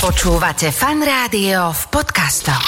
Počúvate Fan Rádio v podcastoch.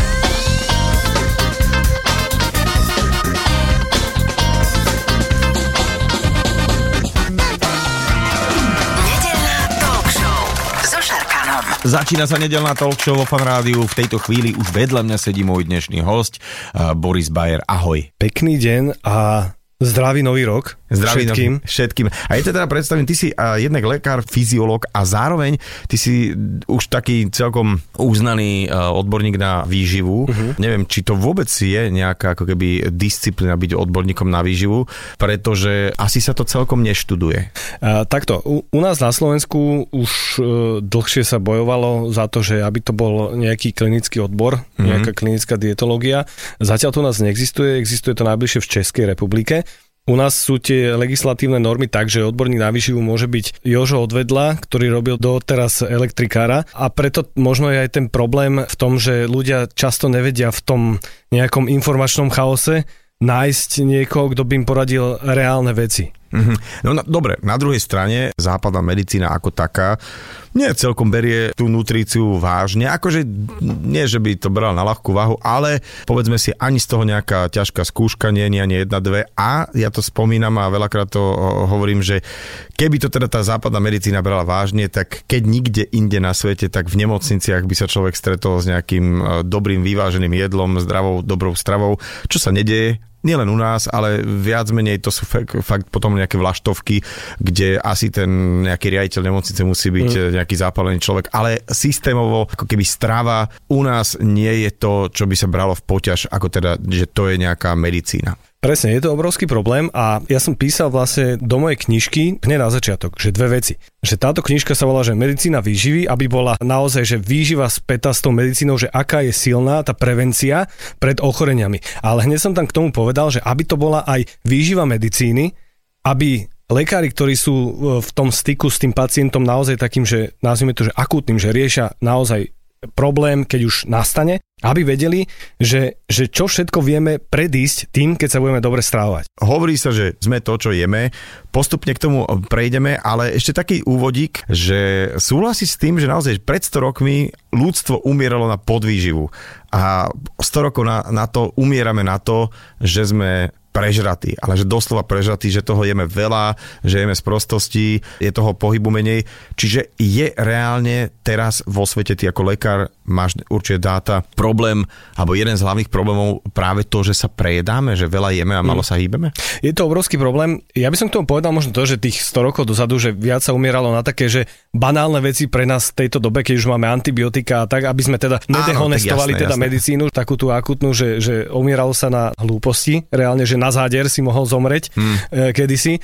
Nedeľná talk show so Šarkanom. Začína sa nedeľná talk show vo Fan Rádiu. V tejto chvíli už vedľa mňa sedí môj dnešný hosť, Boris Bayer. Ahoj. Pekný deň a zdravý nový rok. Všetkým. A ja teda predstavím, ty si jednak lekár, fyziológ a zároveň ty si už taký celkom uznaný odborník na výživu. Neviem, či to vôbec je nejaká ako keby disciplína byť odborníkom na výživu, pretože asi sa to celkom neštuduje. Takto, u nás na Slovensku už dlhšie sa bojovalo za to, že aby to bol nejaký klinický odbor, nejaká klinická dietológia. Zatiaľ to u nás neexistuje, existuje to najbližšie v Českej republike. U nás sú tie legislatívne normy tak, že odborník na výživu môže byť Jožo Odvedla, ktorý robil doteraz elektrikára, a preto možno je aj ten problém v tom, že ľudia často nevedia v tom nejakom informačnom chaose nájsť niekoho, kto by im poradil reálne veci. No dobre, na druhej strane západná medicína ako taká nie celkom berie tú nutríciu vážne, akože nie, že by to bral na ľahkú váhu, ale povedzme si, ani z toho nejaká ťažká skúška nie je ani 1-2, a ja to spomínam a veľakrát to hovorím, že keby to teda tá západná medicína brala vážne, tak keď nikde inde na svete, tak v nemocniciach by sa človek stretol s nejakým dobrým vyváženým jedlom, zdravou, dobrou stravou, čo sa nedeje. Nielen u nás, ale viac menej to sú fakt potom nejaké vlaštovky, kde asi ten nejaký riaditeľ nemocnice musí byť nejaký zápalený človek, ale systémovo, ako keby strava u nás nie je to, čo by sa bralo v poťaž, ako teda, že to je nejaká medicína. Presne, je to obrovský problém a ja som písal vlastne do mojej knižky hneď na začiatok, že dve veci. Že táto knižka sa volá, že Medicína výživy, aby bola naozaj, že výživa spätá s tou medicínou, že aká je silná tá prevencia pred ochoreniami. Ale hneď som tam k tomu povedal, že aby to bola aj výživa medicíny, aby lekári, ktorí sú v tom styku s tým pacientom naozaj takým, že nazvime to, že akútnym, že riešia naozaj problém, keď už nastane, aby vedeli, že čo všetko vieme predísť tým, keď sa budeme dobre stravovať. Hovorí sa, že sme to, čo jeme. Postupne k tomu prejdeme, ale ešte taký úvodík, že súhlasí s tým, že naozaj pred 100 rokmi ľudstvo umieralo na podvýživu. A 100 rokov na to umierame na to, že sme prežratý, ale že doslova prežratý, že toho jeme veľa, že jeme z prostosti, je toho pohybu menej. Čiže je reálne teraz vo svete, ty ako lekár máš určite dáta, problém, alebo jeden z hlavných problémov práve to, že sa prejedáme, že veľa jeme a malo sa hýbeme? Je to obrovský problém. Ja by som k tomu povedal možno to, že tých 100 rokov dozadu, že viac sa umieralo na také, že banálne veci pre nás v tejto dobe, keď už máme antibiotika a tak, aby sme teda nedehonestovali teda medicínu, takú tú akutnú, že umieralo sa na hlúposti, reálne, že na záder si mohol zomreť kedysi.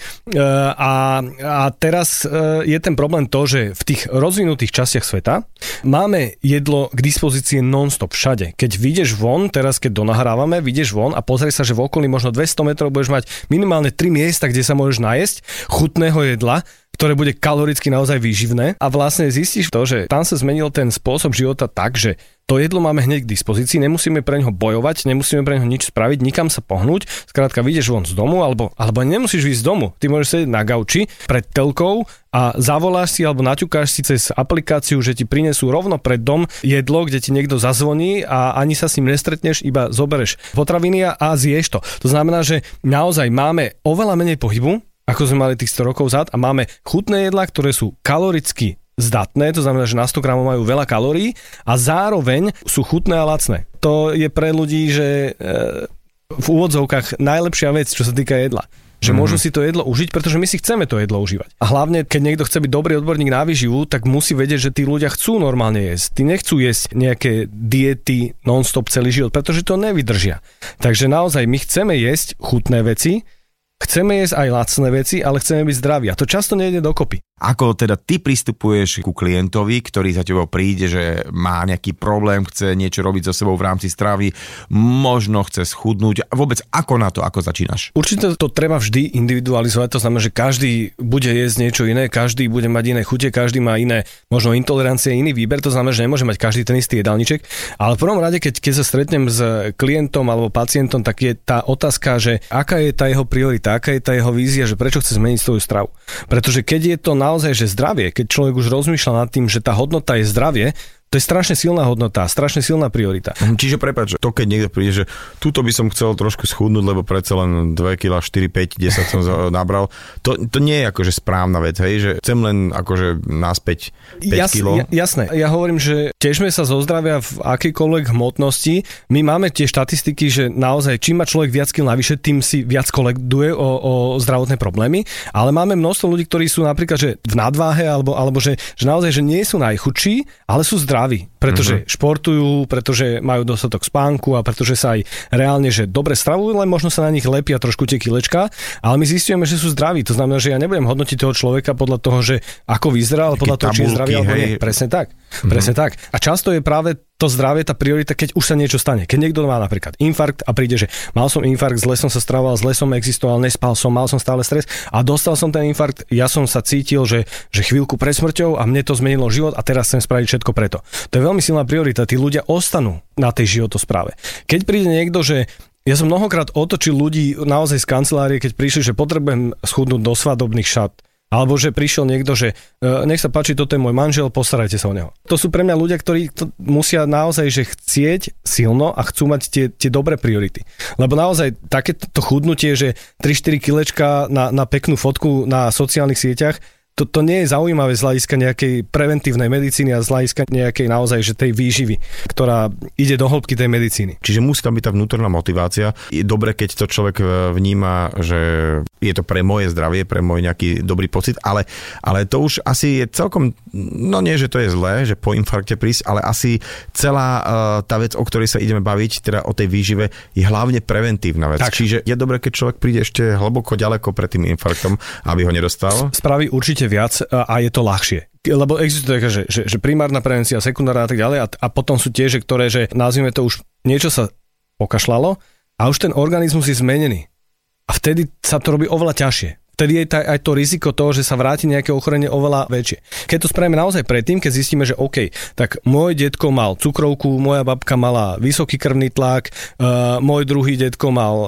A teraz je ten problém to, že v tých rozvinutých častiach sveta máme jedlo k dispozícii non-stop všade. Keď vyjdeš von, teraz keď donahrávame, vyjdeš von a pozrieš sa, že v okolí možno 200 metrov budeš mať minimálne 3 miesta, kde sa môžeš najesť chutného jedla, ktoré bude kaloricky naozaj výživné, a vlastne zistíš to, že tam sa zmenil ten spôsob života tak, že to jedlo máme hneď k dispozícii, nemusíme pre ňoho bojovať, nemusíme pre ňoho nič spraviť, nikam sa pohnúť, skrátka vyjdeš von z domu, alebo nemusíš vyjsť z domu, ty môžeš sedieť na gauči pred telkou a zavoláš si alebo naťukáš si cez aplikáciu, že ti prinesú rovno pred dom jedlo, kde ti niekto zazvoní a ani sa s ním nestretneš, iba zobereš potraviny a zješ to. To znamená, že naozaj máme oveľa menej pohybu, ako sme mali tých 100 rokov zad, a máme chutné jedlá, ktoré sú kaloricky zdatné, to znamená, že na 100 gramov majú veľa kalórií a zároveň sú chutné a lacné. To je pre ľudí, že v úvodzovkách najlepšia vec, čo sa týka jedla. Že môžu si to jedlo užiť, pretože my si chceme to jedlo užívať. A hlavne, keď niekto chce byť dobrý odborník na výživu, tak musí vedieť, že tí ľudia chcú normálne jesť. Tí nechcú jesť nejaké diety non-stop celý život, pretože to nevydržia. Takže naozaj my chceme jesť chutné veci, chceme jesť aj lacné veci, ale chceme byť zdraví. A to často nejde dokopy. Ako teda ty pristupuješ ku klientovi, ktorý za tebou príde, že má nejaký problém, chce niečo robiť so sebou v rámci stravy, možno chce schudnúť, a vôbec ako na to, ako začínaš? Určite to treba vždy individualizovať, to znamená, že každý bude jesť niečo iné, každý bude mať iné chute, každý má iné, možno intolerancie, iný výber, to znamená, že nemôže mať každý ten istý jedálniček, ale v prvom rade, keď sa stretnem s klientom alebo pacientom, tak je tá otázka, že aká je tá jeho priorita, aká je tá jeho vízia, že prečo chce zmeniť svoju stravu. Pretože keď je to naozaj, že zdravie, keď človek už rozmýšľa nad tým, že tá hodnota je zdravie, to je strašne silná hodnota, strašne silná priorita. Čiže prepáč, to keď niekto príde, že túto by som chcel trošku schudnúť, lebo predsa len 2 kg, 4, 5, 10 som nabral, to nie je akože správna vec, hej, že chcem len akože naspäť 5 kg. Jasné, ja hovorím, že tešme sa zo zdravia v akejkoľvek hmotnosti. My máme tie štatistiky, že naozaj čím má človek viac kil navyše, tým si viac koleduje o zdravotné problémy, ale máme množstvo ľudí, ktorí sú napríklad že v nadváhe alebo že naozaj že nie sú najchudší, ale sú zdraví. Pretože športujú, pretože majú dostatok spánku a pretože sa aj reálne, že dobre stravujú, len možno sa na nich lepia trošku tie kilečka, ale my zistujeme, že sú zdraví. To znamená, že ja nebudem hodnotiť toho človeka podľa toho, že ako vyzerá, ale podľa toho, či je zdravý alebo nie. Presne tak. Presne tak. A často je práve to zdravie, tá priorita, keď už sa niečo stane. Keď niekto má napríklad infarkt a príde, že mal som infarkt, zle som sa stravoval, zle som existoval, nespal som, mal som stále stres a dostal som ten infarkt, ja som sa cítil, že chvíľku pred smrťou a mne to zmenilo život a teraz chcem spraviť všetko preto. To je veľmi silná priorita. Tí ľudia ostanú na tej životospráve. Keď príde niekto, že ja som mnohokrát otočil ľudí naozaj z kancelárie, keď prišli, že potrebujem schudnúť do svadobných šat. Alebo že prišiel niekto, že nech sa páči, toto je môj manžel, postarajte sa o neho. To sú pre mňa ľudia, ktorí to musia naozaj že chcieť silno a chcú mať tie dobré priority. Lebo naozaj takéto chudnutie, že 3-4 kilečka na peknú fotku na sociálnych sieťach, to nie je zaujímavé z hľadiska nejakej preventívnej medicíny a z hľadiska nejakej naozaj že tej výživy, ktorá ide do hĺbky tej medicíny. Čiže musí tam byť tá vnútorná motivácia. Je dobre, keď to človek vníma, že je to pre moje zdravie, pre môj nejaký dobrý pocit, ale to už asi je celkom, no nie, že to je zlé, že po infarkte prísť, ale asi celá tá vec, o ktorej sa ideme baviť, teda o tej výžive, je hlavne preventívna vec. Tak. Čiže je dobre, keď človek príde ešte hlboko ďaleko pred tým infarktom, aby ho nedostal. Spraví určite viac a je to ľahšie. Lebo existuje taká, že primárna prevencia, sekundárna a tak ďalej a potom sú tie, ktoré, že nazvime to už niečo sa pokašľalo a už ten organizmus je zmenený. A vtedy sa to robí oveľa ťažšie. Vtedy je aj to riziko toho, že sa vráti nejaké ochorenie oveľa väčšie. Keď to spravíme naozaj predtým, keď zistíme, že OK, tak môj detko mal cukrovku, moja babka mala vysoký krvný tlak, môj druhý detko mal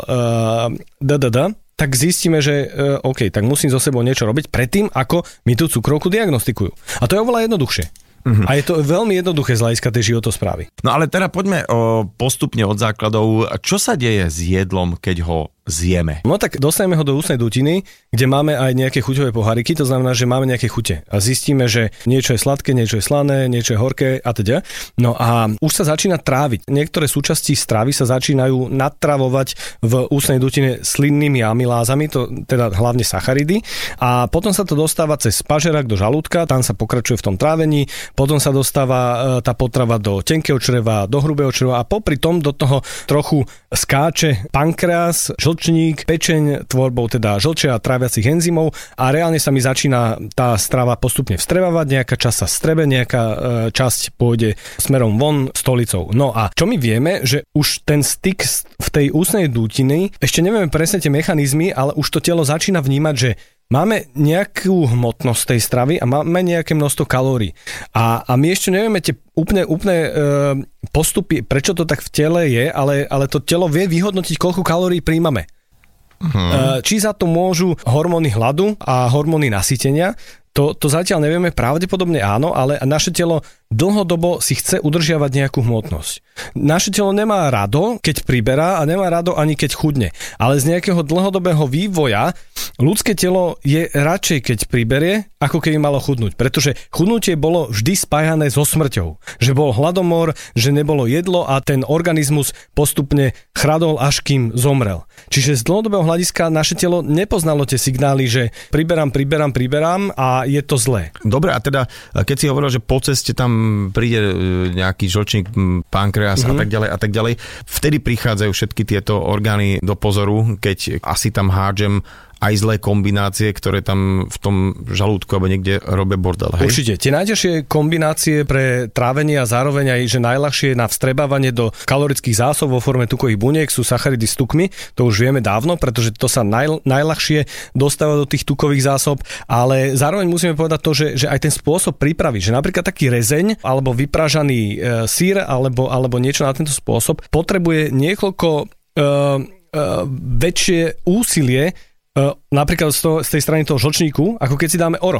tak zistíme, že OK, tak musím so sebou niečo robiť predtým, ako mi tú cukrovku diagnostikujú. A to je oveľa jednoduchšie. A je to veľmi jednoduché z hľadiska tej životosprávy. No ale teda poďme postupne od základov. Čo sa deje s jedlom, keď ho zjeme? No tak dostaneme ho do ústnej dutiny, kde máme aj nejaké chuťové poháriky, to znamená, že máme nejaké chute. A zistíme, že niečo je sladké, niečo je slané, niečo je horké a teda. No a už sa začína tráviť. Niektoré súčasti stravy sa začínajú natravovať v ústnej dutine slinnými amylázami, to teda hlavne sacharidy. A potom sa to dostáva cez pažerak do žalúdka, tam sa pokračuje v tom trávení, potom sa dostáva tá potrava do tenkého čreva, do hrubého čreva a popri tom do toho trochu skáče pankreas, žlčník, pečeň tvorbou teda žlče a tráviacich enzymov a reálne sa mi začína tá strava postupne vstrebávať, nejaká časť sa strebe, nejaká časť pôjde smerom von stolicou. No a čo my vieme, že už ten styk v tej ústnej dutiny, ešte nevieme presne tie mechanizmy, ale už to telo začína vnímať, že máme nejakú hmotnosť tej stravy a máme nejaké množstvo kalórií. A my ešte nevieme tie úplne postupy, prečo to tak v tele je, ale to telo vie vyhodnotiť, koľko kalórií príjmame. Či za to môžu hormóny hladu a hormóny nasýtenia, to zatiaľ nevieme, pravdepodobne áno, ale naše telo dlhodobo si chce udržiavať nejakú hmotnosť. Naše telo nemá rado, keď priberá a nemá rado ani keď chudne. Ale z nejakého dlhodobého vývoja ľudské telo je radšej, keď priberie, ako keby malo chudnúť. Pretože chudnutie bolo vždy spájané so smrťou. Že bol hladomor, že nebolo jedlo a ten organizmus postupne chradol, až kým zomrel. Čiže z dlhodobého hľadiska naše telo nepoznalo tie signály, že priberám a je to zlé. Dobre, a teda, keď si hovoril, že po ceste tam príde nejaký žlčník, pankreas a tak ďalej, vtedy prichádzajú všetky tieto orgány do pozoru, keď asi tam hádžem aj zlé kombinácie, ktoré tam v tom žalúdku alebo niekde robia bordel. Hej? Určite. Tie najťažšie kombinácie pre trávenie a zároveň aj, že najľahšie na vstrebávanie do kalorických zásob vo forme tukových buniek sú sacharidy s tukmi. To už vieme dávno, pretože to sa najľahšie dostáva do tých tukových zásob, ale zároveň musíme povedať to, že aj ten spôsob prípravy, že napríklad taký rezeň alebo vypražaný syr alebo niečo na tento spôsob potrebuje niekoľko väčšie úsilie napríklad z tej strany toho žlčníku, ako keď si dáme oroch.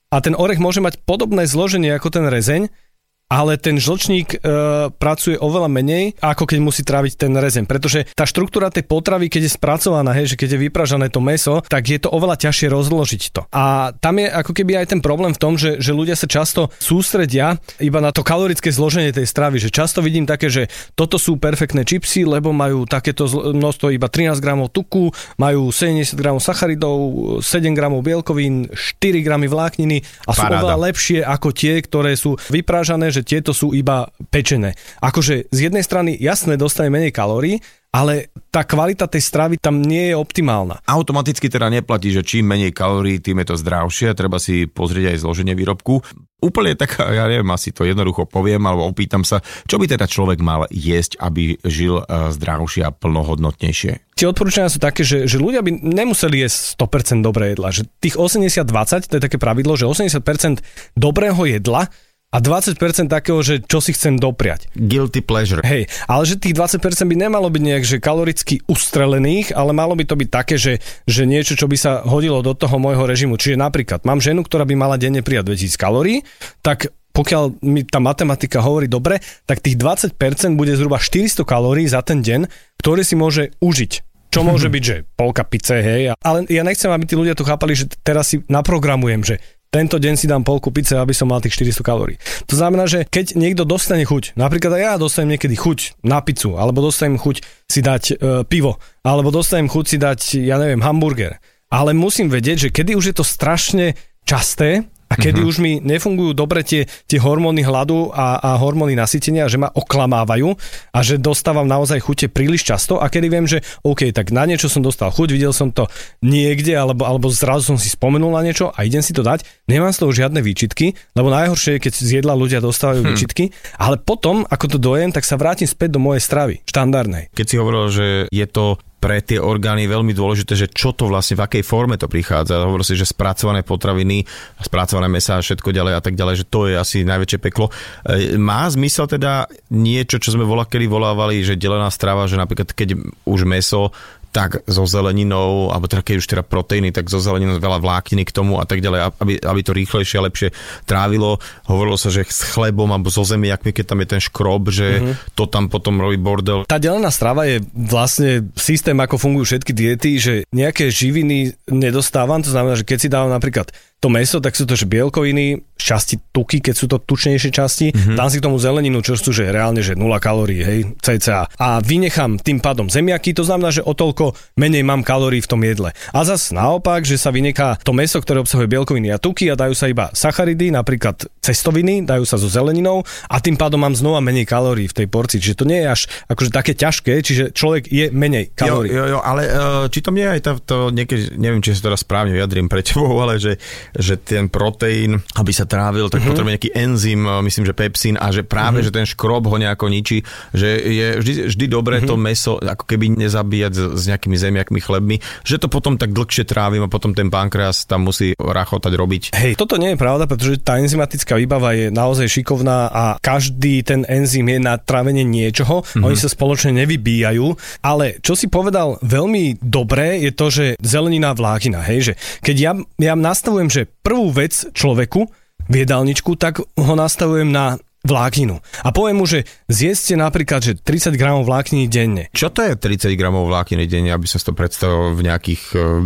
a ten orech môže mať podobné zloženie ako ten rezeň, ale ten žlčník pracuje oveľa menej, ako keď musí tráviť ten rezeň. Pretože tá štruktúra tej potravy, keď je spracovaná, že keď je vypražané to mäso, tak je to oveľa ťažšie rozložiť to. A tam je ako keby aj ten problém v tom, že ľudia sa často sústredia iba na to kalorické zloženie tej stravy. Že často vidím také, že toto sú perfektné čipsy, lebo majú takéto množstvo iba 13 gramov tuku, majú 70 gramov sacharidov, 7 gramov bielkovín, 4 gramy vlákniny a sú oveľa lepšie ako tie, ktoré sú vypražané, že tieto sú iba pečené. Akože z jednej strany jasné dostane menej kalórií, ale tá kvalita tej stravy tam nie je optimálna. Automaticky teda neplatí, že čím menej kalórií, tým je to zdravšie, treba si pozrieť aj zloženie výrobku. Úplne taká, ja neviem, asi to jednoducho poviem, alebo opýtam sa, čo by teda človek mal jesť, aby žil zdravšie a plnohodnotnejšie. Tie odporúčania sú také, že ľudia by nemuseli jesť 100% dobré jedla, že tých 80-20, to je také pravidlo, že 80% dobrého jedla a 20% takého, že čo si chcem dopriať. Guilty pleasure. Hej, ale že tých 20% by nemalo byť nejak, že kaloricky ustrelených, ale malo by to byť také, že niečo, čo by sa hodilo do toho môjho režimu. Čiže napríklad mám ženu, ktorá by mala denne prijať 2000 kalórií, tak pokiaľ mi tá matematika hovorí dobre, tak tých 20% bude zhruba 400 kalórií za ten deň, ktoré si môže užiť. Čo môže byť, že polka pice, hej. Ale ja nechcem, aby tí ľudia tu chápali, že teraz si naprogramujem, že tento deň si dám polku pice, aby som mal tých 400 kalórií. To znamená, že keď niekto dostane chuť, napríklad aj ja dostanem niekedy chuť na pizzu, alebo dostanem chuť si dať pivo, alebo dostanem chuť si dať, ja neviem, hamburger. Ale musím vedieť, že kedy už je to strašne časté, a kedy už mi nefungujú dobre tie hormóny hladu a hormóny nasytenia, že ma oklamávajú a že dostávam naozaj chute príliš často a kedy viem, že OK, tak na niečo som dostal chuť, videl som to niekde alebo zrazu som si spomenul na niečo a idem si to dať, nemám z toho žiadne výčitky, lebo najhoršie je, keď z jedla ľudia dostávajú výčitky, ale potom, ako to dojem, tak sa vrátim späť do mojej stravy, štandardnej. Keď si hovoril, že je to pre tie orgány veľmi dôležité, že čo to vlastne, v akej forme to prichádza. Hovoril si, že spracované potraviny, spracované mäsa a všetko ďalej a tak ďalej, že to je asi najväčšie peklo. Má zmysel teda niečo, čo sme kedy volávali, že delená strava, že napríklad keď už mäso, tak so zeleninou, alebo teda keď už teda proteíny, tak so zeleninou veľa vlákniny k tomu a tak ďalej, aby to rýchlejšie a lepšie trávilo. Hovorilo sa, že s chlebom alebo so zemiakmi, keď tam je ten škrob, že to tam potom robí bordel. Tá delená strava je vlastne systém, ako fungujú všetky diety, že nejaké živiny nedostávam, to znamená, že keď si dávam napríklad to mäso, tak sú to že bielkoviny, časti tuky, keď sú to tučnejšie časti, dám si k tomu zeleninu, čo sú že reálne že 0 kalórií, hej, cca. A vynechám tým pádom zemiaky, to znamená, že o toľko menej mám kalórií v tom jedle. A zas naopak, že sa vynechá to mäso, ktoré obsahuje bielkoviny a tuky a dajú sa iba sacharidy, napríklad cestoviny, dajú sa so zeleninou a tým pádom mám znova menej kalórií v tej porcii. Čiže to nie je až akože také ťažké, čiže človek je menej kalórií. Jo, ale či to nie je aj to niekedy, neviem, či sa teraz správne vyjadrím pre tebou, ale že ten proteín, aby sa trávil, tak potrebuje nejaký enzym, myslím, že pepsín a že práve, že ten škrob ho nejako ničí, že je vždy dobré to mäso ako keby nezabíjať s nejakými zemiakmi, chlebmi, že to potom tak dlhšie trávim a potom ten pankreas tam musí rachotať robiť. Hej, toto nie je pravda, pretože tá enzymatická výbava je naozaj šikovná a každý ten enzym je na trávenie niečoho, oni sa spoločne nevybíjajú, ale čo si povedal veľmi dobré je to, že zelenina vláknina, hej, že keď ja nastavujem, že prvú vec človeku v jedálničku, tak ho nastavujem na vlákninu. A poviem mu, že zjedzte napríklad, že 30 gramov vlákniny denne. Čo to je 30 gramov vlákniny denne, aby som si to predstavil v nejakých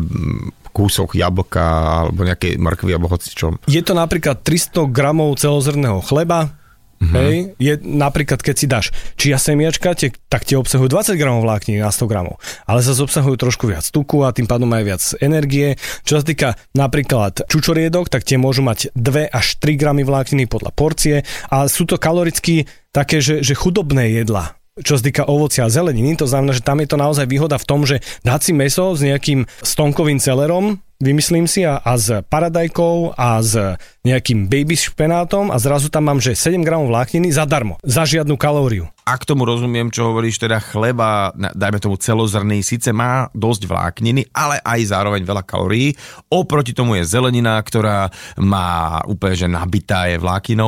kúsoch jablka alebo nejakej mrkvy alebo hocičom? Je to napríklad 300 gramov celozrnného chleba. Hej, je napríklad, keď si dáš čia semiačka, tak tie obsahujú 20 gramov vlákniny na 100 gramov, ale zase obsahujú trošku viac tuku a tým pádom aj viac energie. Čo sa týka napríklad čučoriedok, tak tie môžu mať 2 až 3 gramy vlákniny podľa porcie a sú to kaloricky také, že chudobné jedlá. Čo sa týka ovocia a zeleniny, to znamená, že tam je to naozaj výhoda v tom, že dať si mäso s nejakým stonkovým celerom, vymyslím si, a s paradajkou a s nejakým baby špenátom a zrazu tam mám, že 7 gramov vlákniny zadarmo, za žiadnu kalóriu. Ak tomu rozumiem, čo hovoríš, teda chleba, dajme tomu celozrný, síce má dosť vlákniny, ale aj zároveň veľa kalórií. Oproti tomu je zelenina, ktorá má úplne, že nabitá je vlákninou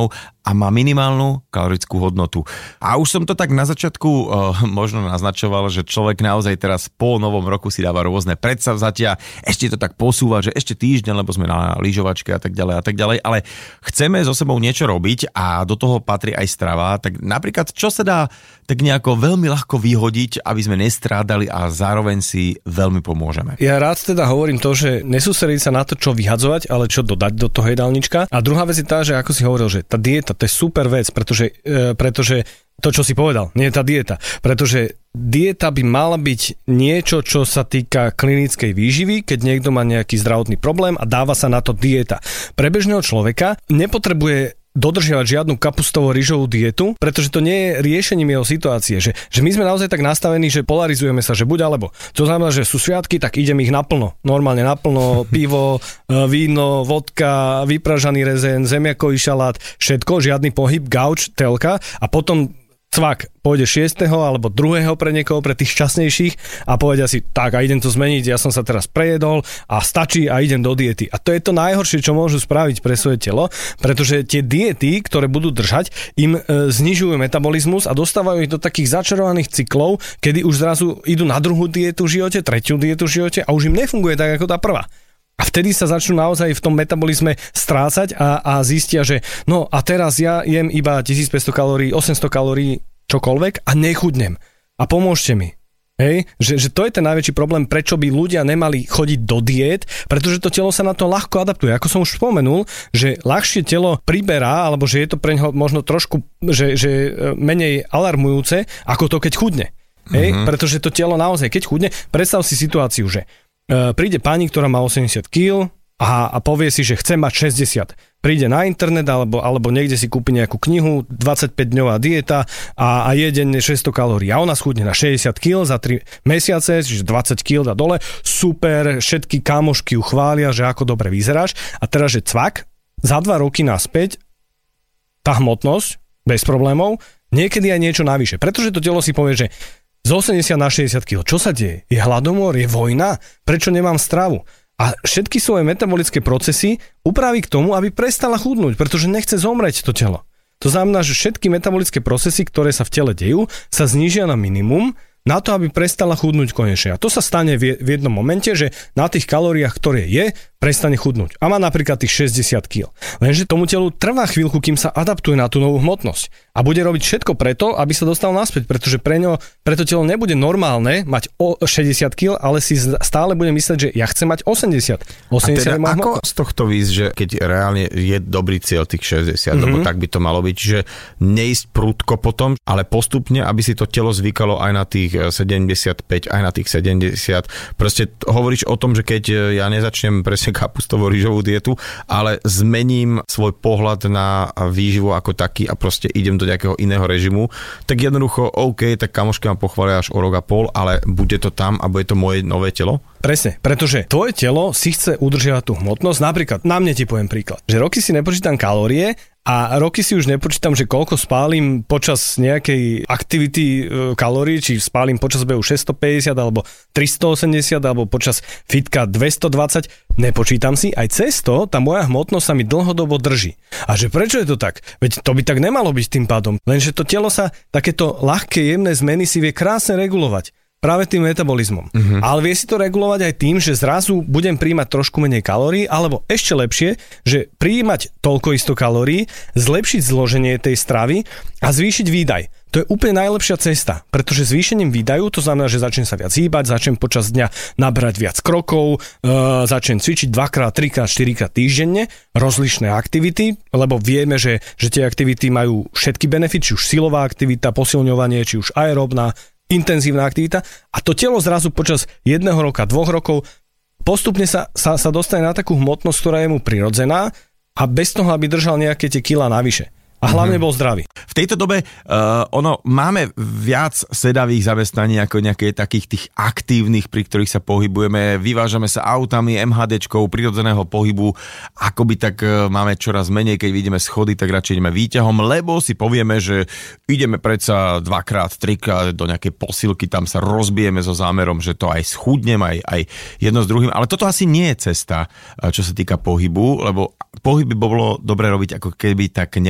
a má minimálnu kalorickú hodnotu. A už som to tak na začiatku možno naznačoval, že človek naozaj teraz po novom roku si dáva rôzne predsavzatia, ešte to tak posúva, že ešte týždeň, lebo sme na lyžovačke a tak ďalej, ale chceme so sebou niečo robiť a do toho patrí aj strava, tak napríklad čo sa dá tak nejako veľmi ľahko vyhodiť, aby sme nestrádali a zároveň si veľmi pomôžeme. Ja rád teda hovorím to, že nesústrediť sa na to, čo vyhadzovať, ale čo dodať do toho jedálnička. A druhá vec je tá, že ako si hovoril, že tá dieta, to je super vec, pretože to, čo si povedal, nie je tá dieta. Pretože dieta by mala byť niečo, čo sa týka klinickej výživy, keď niekto má nejaký zdravotný problém a dáva sa na to dieta. Pre bežného človeka nepotrebuje dodržiavať žiadnu kapustovo-ryžovú dietu, pretože to nie je riešením jeho situácie. Že my sme naozaj tak nastavení, že polarizujeme sa, že buď alebo. To znamená, že sú sviatky, tak idem ich naplno. Normálne naplno, pivo, víno, vodka, vypražaný rezen, zemiakový šalát, všetko, žiadny pohyb, gauč, telka a potom cvak, pôjde 6. alebo 2. pre niekoho, pre tých šťastnejších a povedia si, tak a idem to zmeniť, ja som sa teraz prejedol a stačí a idem do diety. A to je to najhoršie, čo môžu spraviť pre svoje telo, pretože tie diety, ktoré budú držať, im znižujú metabolizmus a dostávajú ich do takých začarovaných cyklov, kedy už zrazu idú na druhú dietu v živote, tretiu dietu v živote a už im nefunguje tak ako tá prvá. A vtedy sa začnú naozaj v tom metabolizme strácať a zistia, že no a teraz ja jem iba 1500 kalórií, 800 kalórií, čokoľvek a nechudnem. A pomôžte mi. Hej? Že to je ten najväčší problém, prečo by ľudia nemali chodiť do diét, pretože to telo sa na to ľahko adaptuje. Ako som už spomenul, že ľahšie telo priberá, alebo že je to pre ňoho možno trošku že menej alarmujúce, ako to keď chudne. Hej? Pretože to telo naozaj, keď chudne, predstav si situáciu, že príde pani, ktorá má 80 kg a povie si, že chce mať 60. Príde na internet alebo niekde si kúpi nejakú knihu, 25-dňová dieta a je denne 600 kalórií. A ona schudne na 60 kg za 3 mesiace, čiže 20 kg dá dole. Super, všetky kamošky ju chvália, že ako dobre vyzeráš. A teraz, že cvak, za 2 roky naspäť tá hmotnosť, bez problémov, niekedy aj niečo navyše. Pretože to telo si povie, že z 80 na 60 kg. Čo sa deje? Je hladomor? Je vojna? Prečo nemám stravu? A všetky svoje metabolické procesy upraví k tomu, aby prestala chudnúť, pretože nechce zomrieť to telo. To znamená, že všetky metabolické procesy, ktoré sa v tele dejú, sa znížia na minimum, na to, aby prestala chudnúť konečne. A to sa stane v jednom momente, že na tých kalóriách, ktoré je, prestane chudnúť. A má napríklad tých 60 kg. Lenže tomu telu trvá chvíľku, kým sa adaptuje na tú novú hmotnosť. A bude robiť všetko preto, aby sa dostal naspäť, pretože pre to telo nebude normálne mať 60 kg, ale si stále bude mysleť, že ja chcem mať 80. 80 a teda ako z tohto výsť, že keď reálne je dobrý cieľ tých 60, lebo tak by to malo byť, že neísť prudko potom, ale postupne, aby si to telo zvykalo aj na tých 75, aj na tých 70. Proste hovoríš o tom, že keď ja nezačnem presne kapustovo-rýžovú dietu, ale zmením svoj pohľad na výživu ako taký a proste idem do nejakého iného režimu, tak jednoducho OK, tak kamošky ma pochvália až o rok a pol, ale bude to tam a bude to moje nové telo? Presne, pretože tvoje telo si chce udržiavať tú hmotnosť. Napríklad, na mne ti poviem príklad, že roky si nepočítam kalórie a roky si už nepočítam, že koľko spálim počas nejakej aktivity kalórií, či spálim počas behu 650 alebo 380 alebo počas fitka 220, nepočítam si, aj cez to tá moja hmotnosť sa mi dlhodobo drží. A že prečo je to tak? Veď to by tak nemalo byť tým pádom, lenže to telo sa takéto ľahké, jemné zmeny si vie krásne regulovať. Práve tým metabolizmom. Ale vie si to regulovať aj tým, že zrazu budem prijímať trošku menej kalórií, alebo ešte lepšie, že prijímať toľko isto kalórií, zlepšiť zloženie tej stravy a zvýšiť výdaj. To je úplne najlepšia cesta, pretože zvýšením výdaju, to znamená, že začnem sa viac hýbať, začnem počas dňa nabrať viac krokov, začnem cvičiť 2-krát, 3-krát, 4-krát týždenne, rozlišné aktivity, lebo vieme, že tie aktivity majú všetky benefity, či už silová aktivita, posilňovanie, či už aerobná, intenzívna aktivita a to telo zrazu počas 1 roka, 2 rokov postupne sa dostane na takú hmotnosť, ktorá je mu prirodzená a bez toho, aby držal nejaké tie kilá navyše. A hlavne bol zdravý. V tejto dobe máme viac sedavých zamestnaní ako nejaké takých tých aktívnych, pri ktorých sa pohybujeme. Vyvážame sa autami, MHDčkou, prirodzeného pohybu. Akoby tak máme čoraz menej, keď vidíme schody, tak radšej ideme výťahom, lebo si povieme, že ideme predsa 2-krát, 3-krát do nejakej posilky, tam sa rozbijeme so zámerom, že to aj schudnem, aj jedno s druhým. Ale toto asi nie je cesta, čo sa týka pohybu, lebo pohyby bolo dobre robiť ako keby tak neustále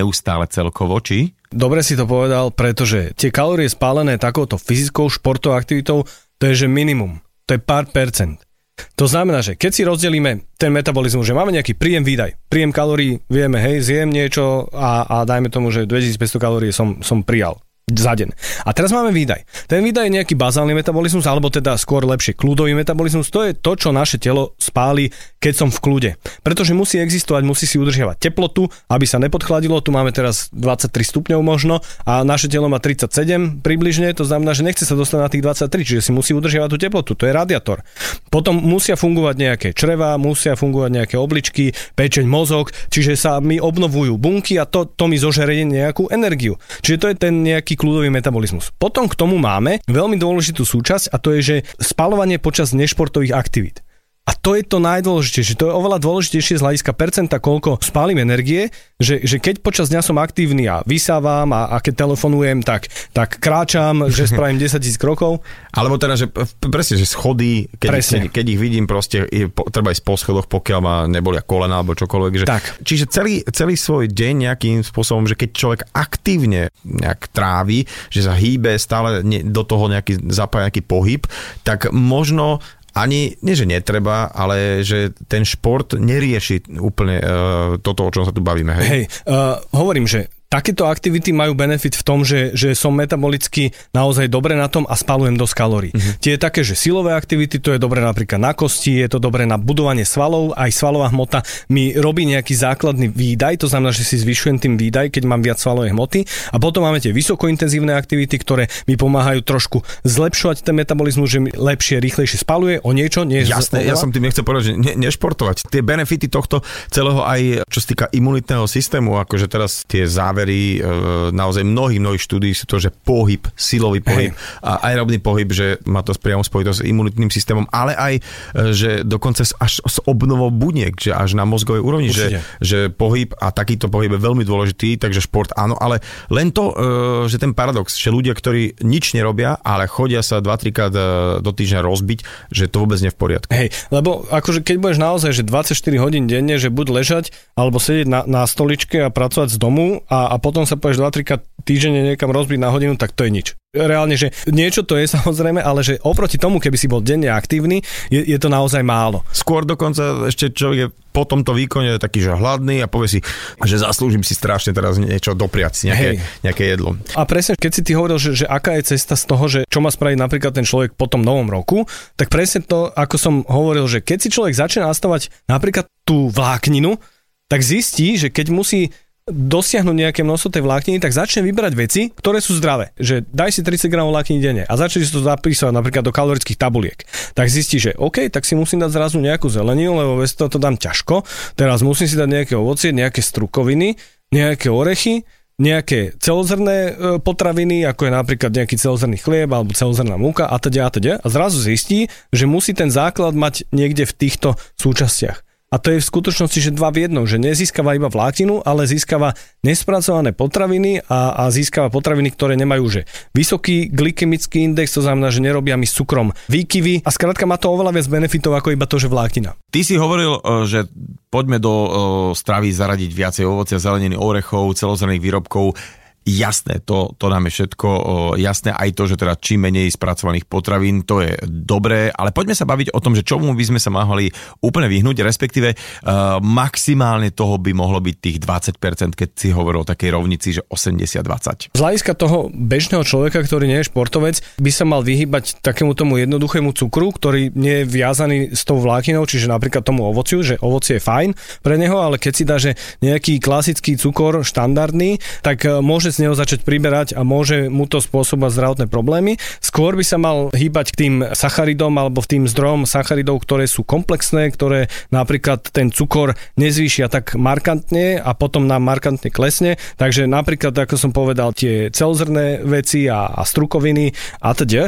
ale celkovo, či? Dobre si to povedal, pretože tie kalórie spálené takouto fyzickou športovou aktivitou, to je že minimum, to je pár percent. To znamená, že keď si rozdelíme ten metabolizmus, že máme nejaký príjem, výdaj. Príjem kalórií, vieme, hej, zjem niečo a dajme tomu, že 2500 kalórií som prijal za deň. A teraz máme výdaj. Ten výdaj je nejaký bazálny metabolizmus, alebo teda skôr lepšie kľudový metabolizmus. To je to, čo naše telo spáli, keď som v kľude. Pretože musí existovať, musí si udržiavať teplotu, aby sa nepodchladilo. Tu máme teraz 23 stupňov možno a naše telo má 37 približne, to znamená, že nechce sa dostať na tých 23, čiže si musí udržiavať tú teplotu. To je radiátor. Potom musia fungovať nejaké črevá, musia fungovať nejaké obličky, pečeň, mozog, čiže sa mi obnovujú bunky a to mi zožerie nejakú energiu. Čiže to je ten nejaký kľudový metabolizmus. Potom k tomu máme veľmi dôležitú súčasť a to je, že spaľovanie počas nešportových aktivít. A to je to najdôležitejšie. To je oveľa dôležitejšie z hľadiska percenta, koľko spálim energie, že keď počas dňa som aktívny a vysávam a keď telefonujem, tak kráčam, že spravím 10 000 krokov. Alebo teda, že presne, že schody, keď ich vidím proste, treba ísť po schodoch, pokiaľ ma nebolia kolena alebo čokoľvek. Že, tak. Čiže celý svoj deň nejakým spôsobom, že keď človek aktívne nejak trávi, že sa hýbe, stále do toho zapája nejaký pohyb, tak možno ani, nie že netreba, ale že ten šport nerieši úplne toto, o čom sa tu bavíme. Hej, hovorím, že takéto aktivity majú benefit v tom, že som metabolicky naozaj dobre na tom a spalujem dosť kalórií. Tie je také, že silové aktivity, to je dobre napríklad na kosti, je to dobre na budovanie svalov, aj svalová hmota mi robí nejaký základný výdaj, to znamená, že si zvyšujem tým výdaj, keď mám viac svalovej hmoty. A potom máme tie vysokointenzívne aktivity, ktoré mi pomáhajú trošku zlepšovať ten metabolizmus, že mi lepšie, rýchlejšie spaluje o niečo. Jasné, ja som tým nechcel povedať, že nešportovať. Tie benefity tohto celého aj, čo sa týka imunitného systému, akože teraz tie závery naozaj mnohých štúdií sú to, že pohyb, silový pohyb a aerobný pohyb, že má to priamo spojitosť s imunitným systémom, ale aj, že dokonca až s obnovou buniek, že až na mozgovej úrovni, že pohyb a takýto pohyb je veľmi dôležitý, takže šport áno, ale len to, že ten paradox, že ľudia, ktorí nič nerobia, ale chodia sa 2-3 krát do týždňa rozbiť, že to vôbec nie je v poriadku. Hej, lebo akože keď budeš naozaj, že 24 hodín denne, že buď ležať, alebo sedieť na stoličke a pracovať z domu a potom sa pôjdeš 2-3 krát týždenne niekam rozbiť na hodinu, tak to je nič. Reálne, že niečo to je samozrejme, ale že oproti tomu, keby si bol denne aktívny, je to naozaj málo. Skôr dokonca ešte človek je po tomto výkone taký, že hladný a povie si, že zaslúžim si strašne teraz niečo dopriať si, nejaké jedlo. A presne, keď si ty hovoril, že aká je cesta z toho, že čo má spraviť napríklad ten človek po tom novom roku, tak presne to, ako som hovoril, že keď si človek začína nastavať napríklad tú vlákninu, tak zistí, že keď musí dosiahnuť nejaké množstvo tej vlákniny, tak začne vybrať veci, ktoré sú zdravé. Že daj si 30 gramov vlákniny denne a začne si to zapísať napríklad do kalorických tabuliek. Tak zistí, že OK, tak si musím dať zrazu nejakú zeleninu, lebo bez toho to dám ťažko. Teraz musím si dať nejaké ovocie, nejaké strukoviny, nejaké orechy, nejaké celozrné potraviny, ako je napríklad nejaký celozrný chlieb alebo celozrná múka a teda. A zrazu zistí, že musí ten základ mať niekde v týchto súčastiach. A to je v skutočnosti, že dva v jednom, že nezískava iba vlákninu, ale získava nespracované potraviny a získava potraviny, ktoré nemajú že vysoký glykemický index, to znamená, že nerobia mi s cukrom výkyvy a skrátka má to oveľa viac benefitov ako iba to, že vláknina. Ty si hovoril, že poďme do stravy zaradiť viacej ovocia, zeleniny, orechov, celozrnných výrobkov. Jasné, to nám je všetko jasné, aj to, že teda čím menej spracovaných potravín, to je dobré, ale poďme sa baviť o tom, že čomu by sme sa mohli úplne vyhnúť, respektíve maximálne toho by mohlo byť tých 20%, keď si hovoril o takej rovnici, že 80-20. Z hľadiska toho bežného človeka, ktorý nie je športovec, by sa mal vyhýbať takému tomu jednoduchému cukru, ktorý nie je viazaný s tou vlákninou, čiže napríklad tomu ovociu, že ovocie je fajn pre neho, ale keď si dá, že nejaký klasický cukor štandardný, tak môže z neho začať priberať a môže mu to spôsobovať zdravotné problémy. Skôr by sa mal hýbať k tým sacharidom alebo v tým zdrojom sacharidov, ktoré sú komplexné, ktoré napríklad ten cukor nezvýšia tak markantne a potom nám markantne klesne. Takže napríklad, ako som povedal, tie celozrné veci a strukoviny a teda.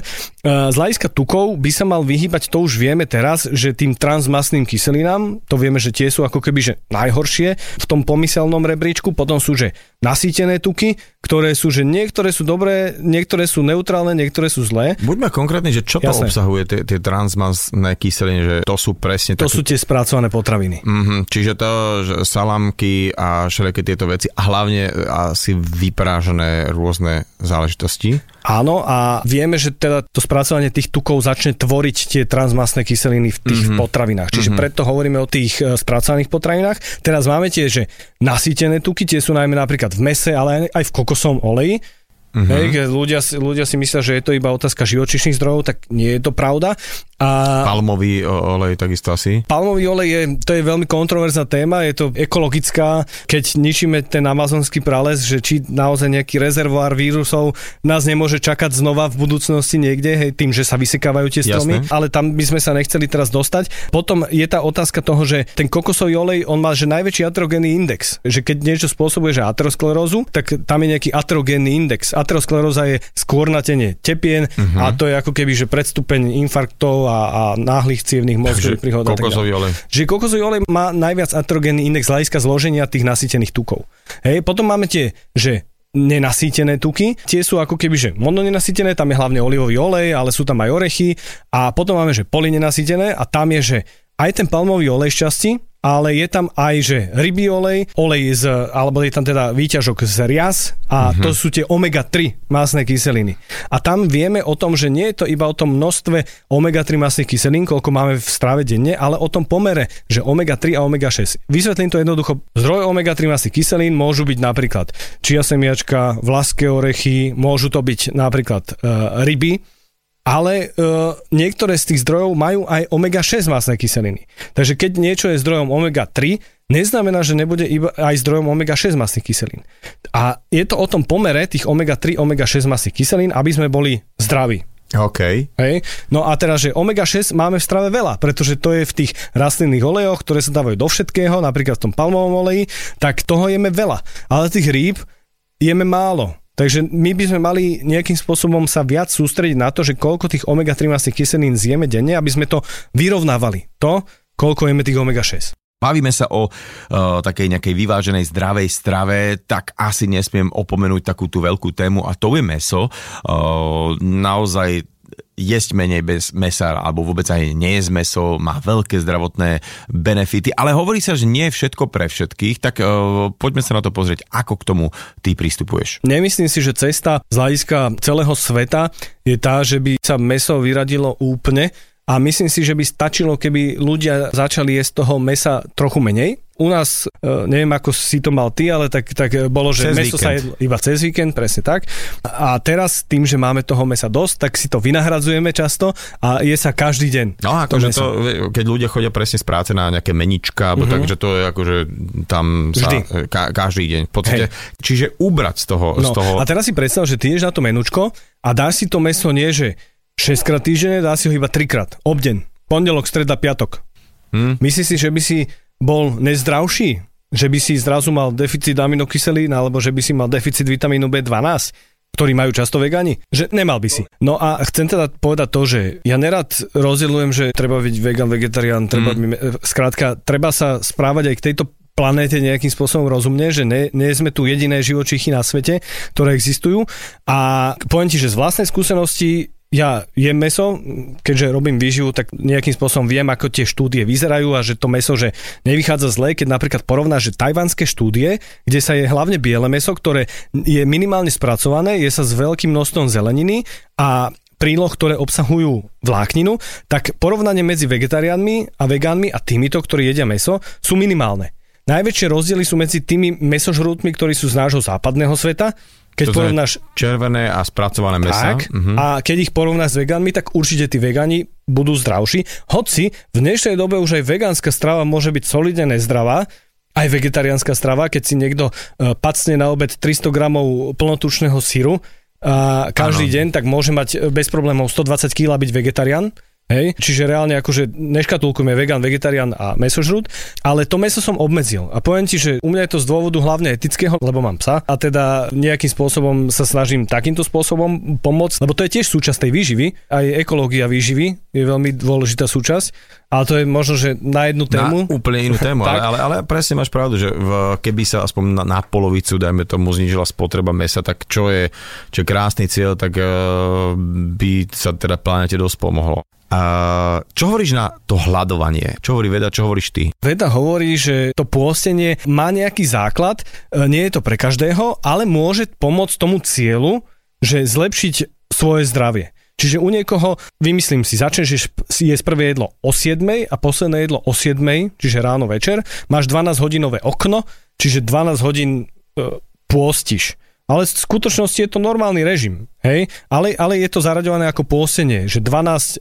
Z hľadiska tukov by sa mal vyhýbať, to už vieme teraz, že tým transmastným kyselinám, to vieme, že tie sú ako keby že najhoršie v tom pomyselnom rebríčku, potom sú že nasýtené tuky, ktoré sú, že niektoré sú dobré, niektoré sú neutrálne, niektoré sú zlé. Buďme konkrétni, že čo to obsahuje tie transmastné kyseliny, že to sú presne to sú tie spracované potraviny. Čiže to, že salámky a všelijaké tieto veci a hlavne asi vyprážené rôzne záležitosti. Áno, a vieme, že teda to spracovanie tých tukov začne tvoriť tie transmastné kyseliny v tých potravinách. Čiže preto hovoríme o tých spracovaných potravinách. Teraz máme tie, že nasýtené tuky, tie sú najmä napríklad v mese, ale aj v kokosovom oleji. Hej, ľudia si myslia, že je to iba otázka živočíšnych zdrojov, tak nie je to pravda. A palmový olej takisto asi? Palmový olej to je veľmi kontroverzná téma, je to ekologická, keď ničíme ten amazonský prales, že či naozaj nejaký rezervoár vírusov nás nemôže čakať znova v budúcnosti niekde, hej, tým, že sa vysekávajú tie stromy, ale tam by sme sa nechceli teraz dostať. Potom je tá otázka toho, že ten kokosový olej, on má že najväčší aterogénny index, že keď niečo spôsobuje, že aterosklerózu, tak tam je nejaký aterogénny index. Ateroskleróza je skôrnatenie tepien a to je ako keby, že predstupeň infarktov a náhlych cievnych mozgových príhod. Kokosový olej. Že kokosový olej má najviac aterogénny index hľadiska zloženia tých nasýtených tukov. Hej, potom máme tie, že nenasýtené tuky, tie sú ako keby, že mononenasýtené, tam je hlavne olivový olej, ale sú tam aj orechy a potom máme, že polynenasýtené a tam je, že aj ten palmový olej šťastí, ale je tam aj, že rybí olej alebo je tam teda výťažok z rias a to sú tie omega-3 mastné kyseliny. A tam vieme o tom, že nie je to iba o tom množstve omega-3 mastných kyselín, koľko máme v strave denne, ale o tom pomere, že omega-3 a omega-6. Vysvetlím to jednoducho. Zdroj omega-3 mastných kyselín môžu byť napríklad čia semiačka, vlaské orechy, môžu to byť napríklad ryby, ale niektoré z tých zdrojov majú aj omega-6 mastné kyseliny. Takže keď niečo je zdrojom omega-3, neznamená, že nebude iba aj zdrojom omega-6 mastných kyselín. A je to o tom pomere tých omega-3, omega-6 mastných kyselín, aby sme boli zdraví. OK. Hej. No a teraz, že omega-6 máme v strave veľa, pretože to je v tých rastlinných olejoch, ktoré sa dávajú do všetkého, napríklad v tom palmovom oleji, tak toho jeme veľa. Ale tých rýb jeme málo. Takže my by sme mali nejakým spôsobom sa viac sústrediť na to, že koľko tých omega-3 mastných kyselín zjeme denne, aby sme to vyrovnávali. To, koľko jeme tých omega-6. Bavíme sa o takej nejakej vyváženej zdravej strave, tak asi nesmiem opomenúť takú tú veľkú tému a to je mäso. Naozaj jesť menej bez mesa alebo vôbec aj nejesť mäso má veľké zdravotné benefity, ale hovorí sa, že nie je všetko pre všetkých, tak poďme sa na to pozrieť, ako k tomu ty pristupuješ. Nemyslím si, že cesta z hľadiska celého sveta je tá, že by sa mäso vyradilo úplne a myslím si, že by stačilo, keby ľudia začali jesť toho mäsa trochu menej. U nás, neviem ako si to mal ty, ale tak bolo, že mäso sa jedlo iba cez víkend, presne tak. A teraz tým, že máme toho mäsa dosť, tak si to vynahradzujeme často a je sa každý deň. No akože to, keď ľudia chodia presne z práce na nejaké menička, alebo tak, že to je akože tam sa každý deň. V podstate, čiže ubrať z toho. A teraz si predstav, že ty ješ na to menučko a dáš si to mäso nie, že 6-krát týždenne, dáš si ho iba 3-krát. Obdeň. Pondelok, streda, piatok. Myslíš si, že by si bol nezdravší? Že by si zrazu mal deficit aminokyselín alebo že by si mal deficit vitamínu B12, ktorý majú často vegáni? Že nemal by si. No a chcem teda povedať to, že ja nerad rozdielujem, že treba byť vegan, vegetarián, skrátka, treba sa správať aj k tejto planéte nejakým spôsobom rozumne, že nie sme tu jediné živočichy na svete, ktoré existujú. A poviem ti, že z vlastnej skúsenosti ja jem mäso, keďže robím výživu, tak nejakým spôsobom viem, ako tie štúdie vyzerajú a že to mäso, že nevychádza zle, keď napríklad porovnáš, že tajvanské štúdie, kde sa je hlavne biele mäso, ktoré je minimálne spracované, je sa s veľkým množstvom zeleniny a príloh, ktoré obsahujú vlákninu, tak porovnanie medzi vegetariánmi a vegánmi a týmito, ktorí jedia mäso, sú minimálne. Najväčšie rozdiely sú medzi tými mäsožrútmi, ktorí sú z nášho západného sveta. Keď porovnáš červené a spracované mäsa. Tak, a keď ich porovnáš s vegánmi, tak určite tí vegáni budú zdravší. Hoci v dnešnej dobe už aj vegánska strava môže byť solidne nezdravá, aj vegetariánska strava, keď si niekto pacne na obed 300 gramov plnotučného syru každý deň, tak môže mať bez problémov 120 kg byť vegetarián. Hej? Čiže reálne akože neškatulkujeme vegan, vegetarián a mäsožrút, ale to mäso som obmedzil. A poviem ti, že u mňa je to z dôvodu hlavne etického, lebo mám psa a teda nejakým spôsobom sa snažím takýmto spôsobom pomôcť, lebo to je tiež súčasť tej výživy, aj ekológia výživy je veľmi dôležitá súčasť, ale to je možno, že na jednu tému. Na úplne inú tému, ale presne máš pravdu, že keby sa aspoň na polovicu, dajme tomu, znížila spotreba mäsa, tak čo je krásny cieľ, tak by sa teda planete dosť pomohlo. Čo hovoríš na to hľadovanie? Čo hovorí veda, čo hovoríš ty? Veda hovorí, že to pôstenie má nejaký základ, nie je to pre každého, ale môže pomôcť tomu cieľu, že zlepšiť svoje zdravie. Čiže u niekoho, vymyslím si, začneš jesť prvé jedlo o 7 a posledné jedlo o 7, čiže ráno večer, máš 12-hodinové okno, čiže 12 hodín pôstiš. Ale v skutočnosti je to normálny režim, hej? Ale je to zaraďované ako pôstenie, že 12,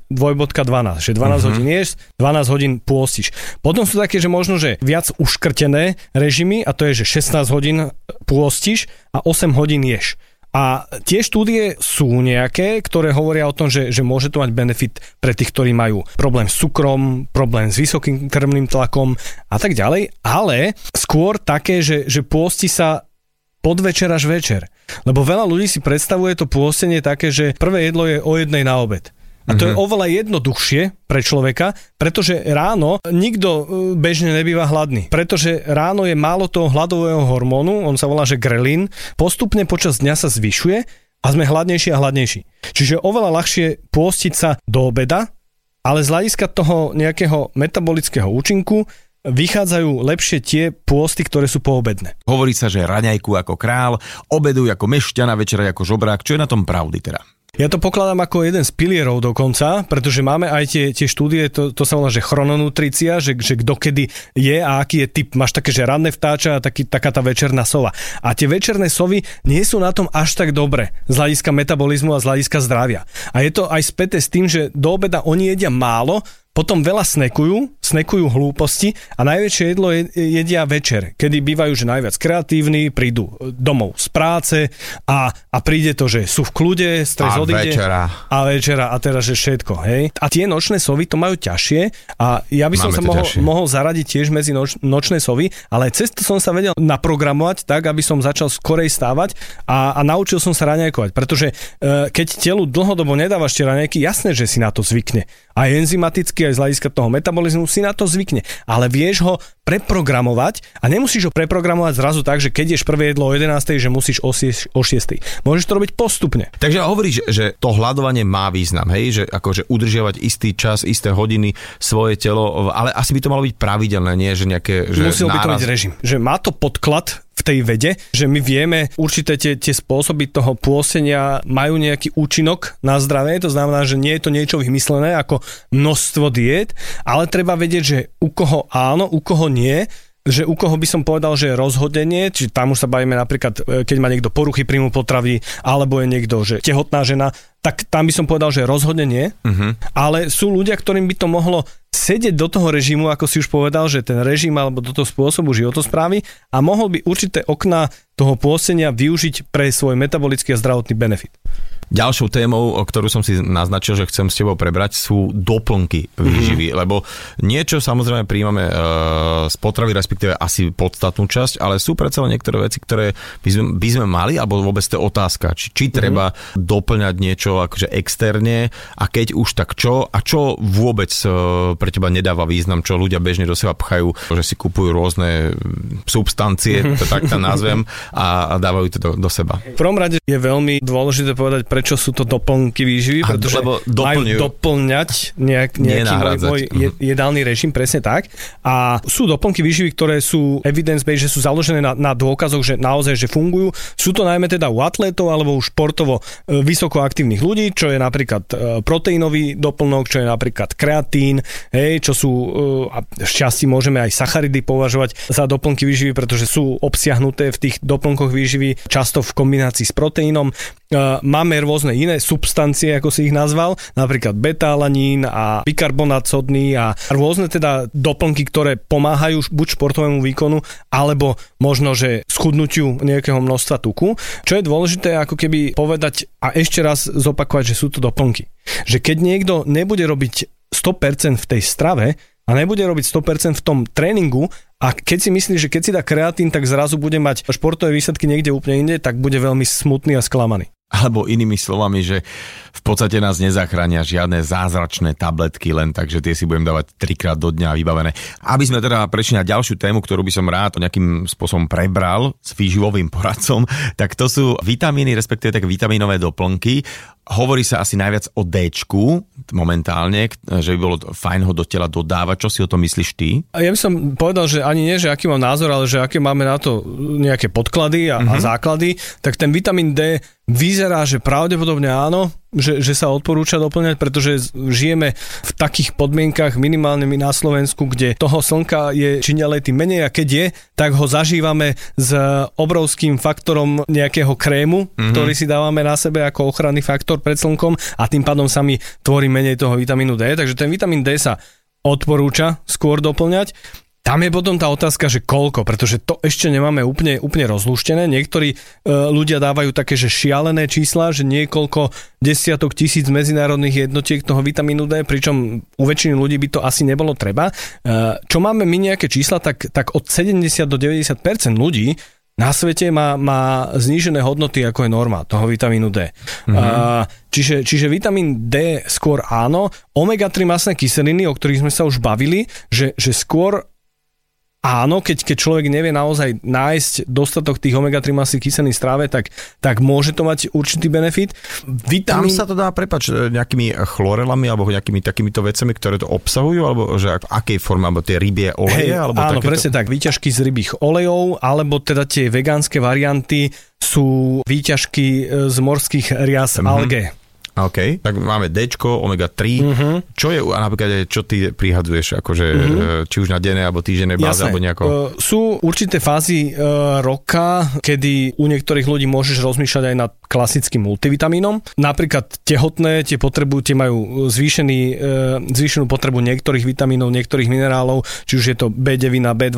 že 12 hodín jesť, 12 hodín pôstiš. Potom sú také, že možno, že viac uškrtené režimy, a to je, že 16 hodín pôstiš a 8 hodín ješ. A tie štúdie sú nejaké, ktoré hovoria o tom, že môže to mať benefit pre tých, ktorí majú problém s cukrom, problém s vysokým krvným tlakom a tak ďalej, ale skôr také, že pôsti sa podvečer až večer. Lebo veľa ľudí si predstavuje to pôstenie také, že prvé jedlo je o 1 na obed. A to je oveľa jednoduchšie pre človeka, pretože ráno nikto bežne nebýva hladný. Pretože ráno je málo toho hladového hormónu, on sa volá, že grelín, postupne počas dňa sa zvyšuje a sme hladnejší a hladnejší. Čiže oveľa ľahšie pôstiť sa do obeda, ale z hľadiska toho nejakého metabolického účinku vychádzajú lepšie tie pôsty, ktoré sú poobedné. Hovorí sa, že raňajku ako král, obeduj ako mešťan a večera ako žobrák. Čo je na tom pravdy teda? Ja to pokladám ako jeden z pilierov dokonca, pretože máme aj tie štúdie, to sa volá, že chrononutrícia, že kto kedy je a aký je typ. Máš také, že ranné vtáča a taká tá večerná sova. A tie večerné sovy nie sú na tom až tak dobre z hľadiska metabolizmu a z hľadiska zdravia. A je to aj späté s tým, že do obeda oni jedia málo, potom veľa snekujú hlúposti a najväčšie jedlo jedia večer, kedy bývajú, že najviac kreatívni, prídu domov z práce a príde to, že sú v kľude, stres odíde. A večera a teraz, že všetko, hej. A tie nočné sovy to majú ťažšie a ja by som sa mohol zaradiť tiež medzi nočné sovy, ale cez to som sa vedel naprogramovať tak, aby som začal skorej stávať a naučil som sa raňajkovať, pretože keď telu dlhodobo nedávaš tie raňajky, jasné, že si na to zvykne. A enzymaticky aj z hľadiska toho metabolizmu si na to zvykne. Ale vieš ho preprogramovať a nemusíš ho preprogramovať zrazu tak, že keď ješ prvé jedlo o 11, že musíš o 6. Môžeš to robiť postupne. Takže hovoríš, že to hľadovanie má význam, hej? Že akože udržiavať istý čas, isté hodiny svoje telo, ale asi by to malo byť pravidelné, nie? Že nejaké... Že musel by to byť režim. Že má to podklad v tej vede, že my vieme určité tie spôsoby toho pôstenia majú nejaký účinok na zdravie, to znamená, že nie je to niečo vymyslené ako množstvo diét, ale treba vedieť, že u koho áno, u koho nie, že u koho by som povedal, že rozhodenie, či tam už sa bavíme napríklad, keď má niekto poruchy príjmu potravy, alebo je niekto, že tehotná žena, tak tam by som povedal, že rozhodne nie. Ale sú ľudia, ktorým by to mohlo sedieť do toho režimu, ako si už povedal, že ten režim alebo do toho spôsobu životosprávy a mohol by určité okná toho pôstenia využiť pre svoj metabolický a zdravotný benefit. Ďalšou témou, ktorú som si naznačil, že chcem s tebou prebrať, sú doplnky výživy, lebo niečo samozrejme príjmame z potravy, respektíve asi podstatnú časť, ale sú predsa len niektoré veci, ktoré by sme mali, alebo vôbec to je otázka, či treba doplňať niečo akože externe a keď už, tak čo a čo vôbec pre teba nedáva význam, čo ľudia bežne do seba pchajú, že si kupujú rôzne substancie, to tak to nazvem, a dávajú to do seba. V prvom rade je veľmi dôležité povedať, prečo sú to doplnky výživy, pretože majú doplňať nejaký môj jedálny režim, presne tak. A sú doplnky výživy, ktoré sú evidence-based, že sú založené na dôkazoch, že naozaj že fungujú. Sú to najmä teda u atlétov alebo u športovo vysoko aktívnych ľudí, čo je napríklad proteínový doplnok, čo je napríklad kreatín, hej, čo sú a v časti môžeme aj sacharidy považovať za doplnky výživy, pretože sú obsiahnuté v tých doplnkoch výživy často v kombinácii s proteínom. Máme rôzne iné substancie, ako si ich nazval, napríklad beta-alanín a bikarbonát sodný a rôzne teda doplnky, ktoré pomáhajú buď športovému výkonu, alebo možno, že schudnutiu nejakého množstva tuku. Čo je dôležité, ako keby povedať a ešte raz zopakovať, že sú to doplnky. Že keď niekto nebude robiť 100% v tej strave a nebude robiť 100% v tom tréningu a keď si myslí, že keď si dá kreatín, tak zrazu bude mať športové výsledky niekde úplne inde, tak bude veľmi smutný a sklamaný. Alebo inými slovami, že v podstate nás nezachránia žiadne zázračné tabletky, len tak, že tie si budem dávať 3-krát do dňa vybavené. Aby sme teda prešli na ďalšiu tému, ktorú by som rád nejakým spôsobom prebral s výživovým poradcom, tak to sú vitamíny, respektíve tak vitamínové doplnky. Hovorí sa asi najviac o D-čku momentálne, že by bolo fajn ho do tela dodávať. Čo si o tom myslíš ty? Ja by som povedal, že ani nie, že aký mám názor, ale že aké máme na to nejaké podklady a základy, tak ten vitamín D vyzerá, že pravdepodobne áno, že sa odporúča doplňať, pretože žijeme v takých podmienkach, minimálne my na Slovensku, kde toho slnka je čím ďalej tým menej a keď je, tak ho zažívame s obrovským faktorom nejakého krému, ktorý si dávame na sebe ako ochranný faktor pred slnkom a tým pádom sa mi tvorí menej toho vitamínu D, takže ten vitamín D sa odporúča skôr doplňať. Tam je potom tá otázka, že koľko, pretože to ešte nemáme úplne rozlúštené. Niektorí ľudia dávajú také, že šialené čísla, že niekoľko desiatok tisíc medzinárodných jednotiek toho vitamínu D, pričom u väčšiny ľudí by to asi nebolo treba. Čo máme my nejaké čísla, tak od 70 do 90% ľudí na svete má znížené hodnoty, ako je norma toho vitamínu D. Čiže vitamín D skôr áno. Omega-3 masné kyseliny, o ktorých sme sa už bavili, že skôr áno, keď človek nevie naozaj nájsť dostatok tých omega-3 masných kyselín v stráve, tak môže to mať určitý benefit. Tam sa to dá, prepáč, nejakými chlorelami alebo nejakými takýmito vecami, ktoré to obsahujú, alebo že akej forme, alebo tie rybie oleje? Alebo áno, presne tak, výťažky z rybých olejov, alebo teda tie vegánske varianty sú výťažky z morských rias alge. OK, tak máme Dčko, omega-3. Čo je napríklad, čo ty prihadzuješ, akože či už na dennej alebo týždennej báze, alebo nejako? Sú určité fázy roka, kedy u niektorých ľudí môžeš rozmýšľať aj nad klasickým multivitamínom. Napríklad tehotné, tie majú zvýšenú potrebu niektorých vitamínov, niektorých minerálov, či už je to B9, B12.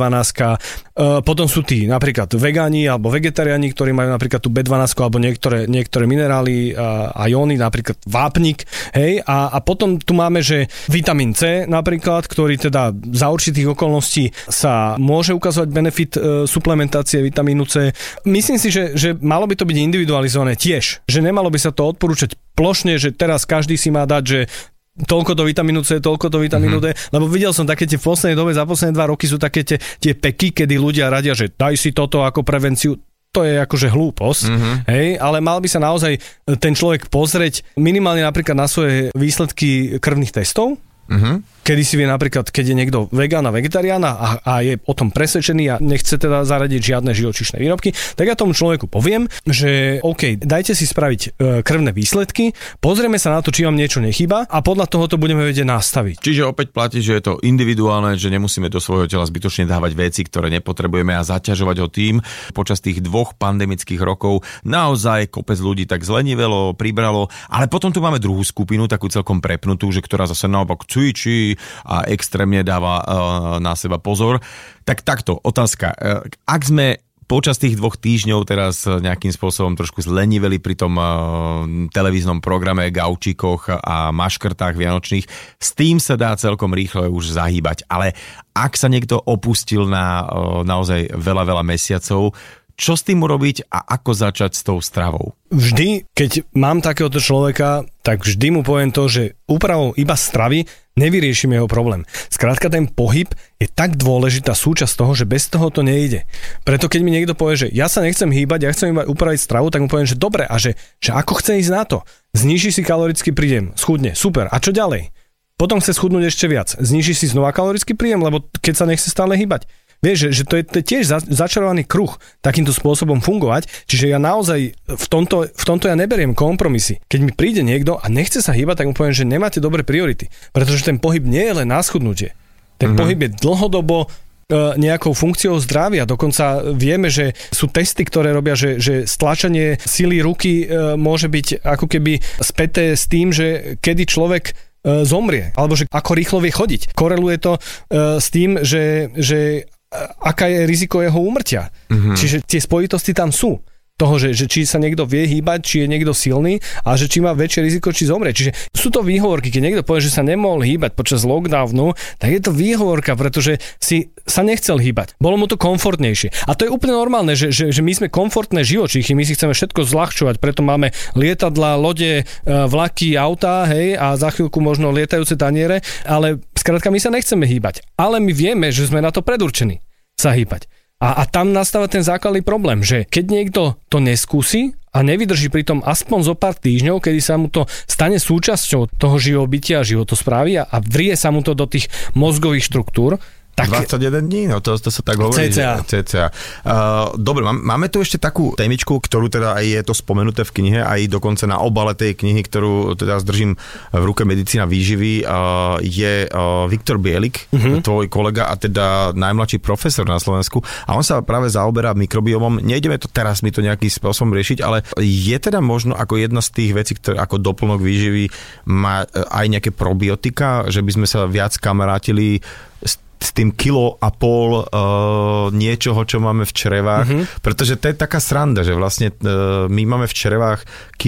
Potom sú tí napríklad vegáni alebo vegetariáni, ktorí majú napríklad tú B12 alebo niektoré minerály a jóny, napríklad vápnik, hej, a potom tu máme, že vitamín C napríklad, ktorý teda za určitých okolností sa môže ukazovať benefit suplementácie vitamínu C. Myslím si, že malo by to byť individualizované tiež, že nemalo by sa to odporúčať plošne, že teraz každý si má dať, že toľko do vitamínu C, toľko do vitamínu D, lebo videl som také tie v poslednej dobe, za posledné 2 roky sú také tie peky, kedy ľudia radia, že daj si toto ako prevenciu. To je akože hlúposť, hej, ale mal by sa naozaj ten človek pozrieť minimálne napríklad na svoje výsledky krvných testov, kedy si vie napríklad, keď je niekto vegán a vegetarián a je o tom presvedčený a nechce teda zaradiť žiadne živočíšne výrobky, tak ja tomu človeku poviem, že OK, dajte si spraviť krvné výsledky, pozrieme sa na to, či vám niečo nechýba a podľa toho to budeme vedieť nastaviť. Čiže opäť platí, že je to individuálne, že nemusíme do svojho tela zbytočne dávať veci, ktoré nepotrebujeme a zaťažovať ho tým. Počas tých 2 pandemických rokov naozaj kopec ľudí tak zlenivelo, pribralo, ale potom tu máme druhú skupinu, takú celkom prepnutú, že ktorá zase naopak cvičí a extrémne dáva na seba pozor. Tak takto, otázka. Ak sme počas tých 2 týždňov teraz nejakým spôsobom trošku zleniveli pri tom televíznom programe, gaučíkoch a maškrtách vianočných, s tým sa dá celkom rýchle už zahýbať. Ale ak sa niekto opustil na naozaj veľa mesiacov, čo s tým urobiť a ako začať s tou stravou? Vždy, keď mám takéhoto človeka, tak vždy mu poviem to, že úpravou iba stravy nevyriešime jeho problém. Skrátka ten pohyb je tak dôležitá súčasť toho, že bez toho to nejde. Preto keď mi niekto povie, že ja sa nechcem hýbať, ja chcem iba upraviť stravu, tak mu poviem, že dobre, a že ako chce ísť na to? Zníži si kalorický príjem, schudne, super, a čo ďalej? Potom chce schudnúť ešte viac, zníži si znova kalorický príjem, lebo keď sa nechce stále hýbať. Vieš, že to je tiež začarovaný kruh takýmto spôsobom fungovať, čiže ja naozaj v tomto ja neberiem kompromisy. Keď mi príde niekto a nechce sa hýbať, tak mu poviem, že nemáte dobré priority, pretože ten pohyb nie je len na schudnutie. Ten pohyb je dlhodobo nejakou funkciou zdravia. Dokonca vieme, že sú testy, ktoré robia, že stlačanie sily ruky môže byť ako keby späté s tým, že kedy človek zomrie, alebo že ako rýchlo vie chodiť. Koreluje to s tým, že aká je riziko jeho úmrtia. Čiže tie spojitosti tam sú. toho, že či sa niekto vie hýbať, či je niekto silný a že či má väčšie riziko, či zomrie. Čiže sú to výhovorky, keď niekto povie, že sa nemohol hýbať počas lockdownu, tak je to výhovorka, pretože si sa nechcel hýbať. Bolo mu to komfortnejšie. A to je úplne normálne, že my sme komfortné živočíchy, my si chceme všetko zľahčovať, preto máme lietadlá, lode, vlaky, autá, hej, a za chvíľku možno lietajúce taniere, ale skrátka my sa nechceme hýbať. Ale my vieme, že sme na to predurčení sa hýbať. A tam nastáva ten základný problém, že keď niekto to neskúsi a nevydrží pri tom aspoň zo pár týždňov, kedy sa mu to stane súčasťou toho živobytia a životosprávy a vrie sa mu to do tých mozgových štruktúr, tak... 21 dní, no to sa tak hovorí. CCA. Dobre, máme tu ešte takú témičku, ktorú teda aj je to spomenuté v knihe, aj dokonca na obale tej knihy, ktorú teda zdržím v ruke Medicína výživy, je Viktor Bielik, tvoj kolega a teda najmladší profesor na Slovensku a on sa práve zaoberá mikrobiomom. Nejdeme to teraz mi to nejakým spôsobom riešiť, ale je teda možno ako jedna z tých vecí, ktoré ako doplnok výživy má aj nejaké probiotika, že by sme sa viac kamarátili s tým 1,5 kg niečoho, čo máme v črevách, pretože to je taká sranda, že vlastne my máme v črevách 1,5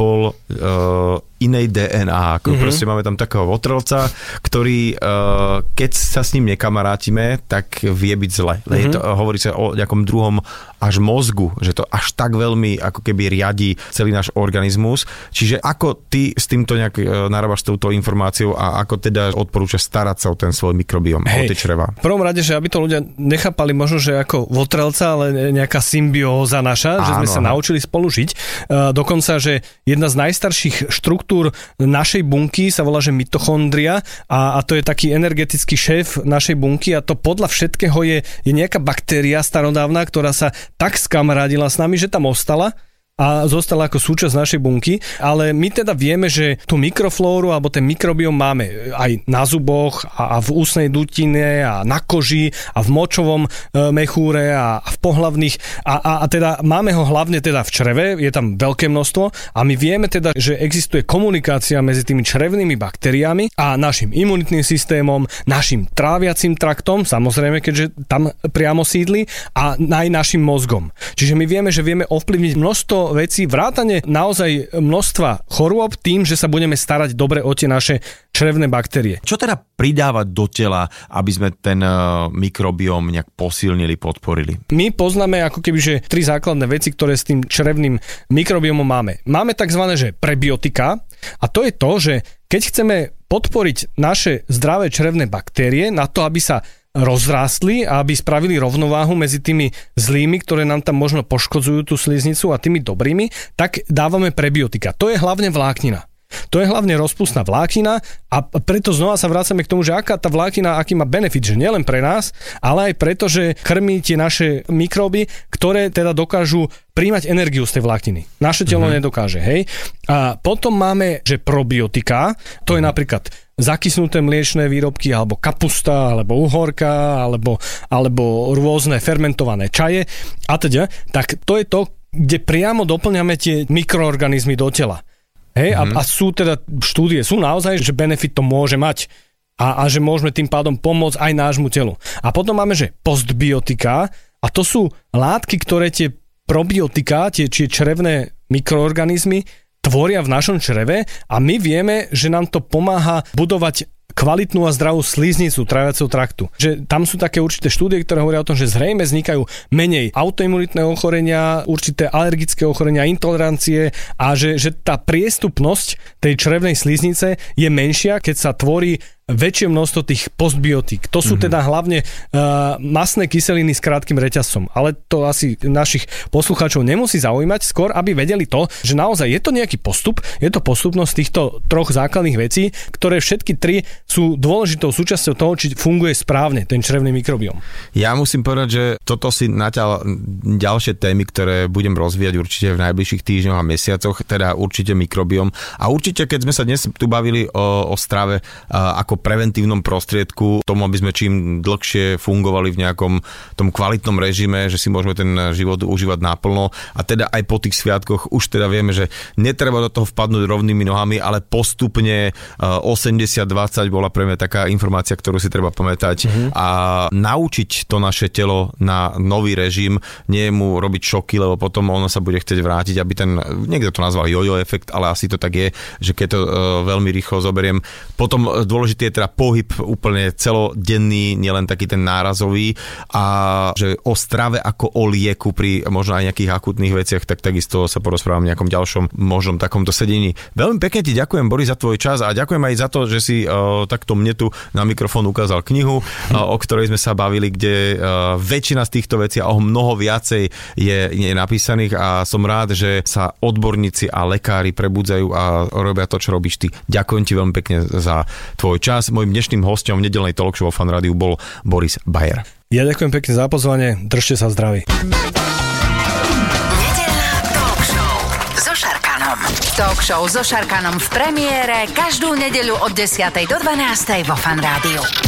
kg inej DNA, ako proste máme tam takého votrelca, ktorý keď sa s ním nekamarátime, tak vie byť zle. Hovorí sa o nejakom druhom až mozgu, že to až tak veľmi ako keby riadi celý náš organizmus. Čiže ako ty s týmto nejak narábaš s touto informáciou a ako teda odporúčaš starať sa o ten svoj mikrobióm, o tie čreva? V prvom rade, že aby to ľudia nechápali možno, že ako votrelca, ale nejaká symbióza naša, že sme sa naučili spolu žiť. Dokonca, že jedna z najstarších štruktúr našej bunky sa volá, že mitochondria a to je taký energetický šéf našej bunky a to podľa všetkého je nejaká baktéria starodávna, ktorá sa tak skamarádila s nami, že tam ostala a zostala ako súčasť našej bunky, ale my teda vieme, že tú mikroflóru alebo ten mikrobióm máme aj na zuboch a v ústnej dutine a na koži a v močovom mechúre a v pohlavných a teda máme ho hlavne teda v čreve, je tam veľké množstvo a my vieme teda, že existuje komunikácia medzi tými črevnými baktériami a našim imunitným systémom, našim tráviacím traktom, samozrejme, keďže tam priamo sídli a aj našim mozgom. Čiže my vieme, že vieme ovplyvniť množstvo veci, vrátane naozaj množstva chorôb tým, že sa budeme starať dobre o tie naše črevné baktérie. Čo teda pridávať do tela, aby sme ten mikrobióm nejak posilnili, podporili? My poznáme ako keby, že 3 základné veci, ktoré s tým črevným mikrobiómom máme. Máme takzvané, že prebiotika a to je to, že keď chceme podporiť naše zdravé črevné baktérie na to, aby sa rozrástli a aby spravili rovnováhu medzi tými zlými, ktoré nám tam možno poškodzujú tú sliznicu a tými dobrými, tak dávame prebiotika. To je hlavne vláknina. To je hlavne rozpustná vláknina a preto znova sa vracame k tomu, že aká tá vláknina, aký má benefit, že nielen pre nás, ale aj preto, že krmí tie naše mikróby, ktoré teda dokážu príjmať energiu z tej vlákniny. Naše telo nedokáže, hej. A potom máme, že probiotika, to je napríklad zakysnuté mliečne výrobky, alebo kapusta, alebo uhorka, alebo rôzne fermentované čaje a teda, tak to je to, kde priamo doplňame tie mikroorganizmy do tela. Hej, a sú teda štúdie, sú naozaj, že benefit to môže mať a že môžeme tým pádom pomôcť aj nášmu telu. A potom máme, že postbiotika a to sú látky, ktoré tie probiotika, tie črevné mikroorganizmy tvoria v našom čreve a my vieme, že nám to pomáha budovať kvalitnú a zdravú sliznicu tráviaceho traktu. Že tam sú také určité štúdie, ktoré hovoria o tom, že zrejme vznikajú menej autoimunitné ochorenia, určité alergické ochorenia, intolerancie a že tá priestupnosť tej črevnej sliznice je menšia, keď sa tvorí väčšie množstvo tých postbiotík. To sú teda hlavne masné kyseliny s krátkym reťazcom. Ale to asi našich poslucháčov nemusí zaujímať, skôr aby vedeli to, že naozaj je to nejaký postup, je to postupnosť týchto 3 základných vecí, ktoré všetky 3 sú dôležitou súčasťou toho, či funguje správne ten črevný mikrobióm. Ja musím povedať, že toto si natiaľ ďalšie témy, ktoré budem rozvíjať určite v najbližších týždňoch a mesiacoch, teda určite mikrobióm. A určite, keď sme sa dnes tu bavili o strave, ako ako preventívnom prostriedku tomu, aby sme čím dlhšie fungovali v nejakom tom kvalitnom režime, že si môžeme ten život užívať naplno a teda aj po tých sviatkoch už teda vieme, že netreba do toho vpadnúť rovnými nohami, ale postupne 80-20 bola pre mňa taká informácia, ktorú si treba pamätať a naučiť to naše telo na nový režim, nie mu robiť šoky, lebo potom ono sa bude chcieť vrátiť, aby ten, niekto to nazval jojo efekt, ale asi to tak je, že keď to veľmi rýchlo zoberiem. Potom dôležitý je teda pohyb úplne celodenný, nielen taký ten nárazový a že o strave ako o lieku pri možno aj nejakých akutných veciach, tak takisto sa porozprávam v nejakom ďalšom možnom takomto sedení. Veľmi pekne ti ďakujem, Boris, za tvoj čas a ďakujem aj za to, že si takto mne tu na mikrofón ukázal knihu, o ktorej sme sa bavili, kde väčšina z týchto vecí a o mnoho viacej je napísaných a som rád, že sa odborníci a lekári prebudzajú a robia to, čo robíš ty. Ďakujem ti veľmi pekne za tvoj čas. Mojím dnešným hosťom v nedeľnej talk show vo Fan Rádiu bol Boris Bayer. Ja ďakujem pekne za pozvanie, držte sa zdraví. Nedeľná talk show so Šarkanom. Talk show so Šarkanom v premiére každú nedeľu od 10. do 12. vo Fan Rádiu.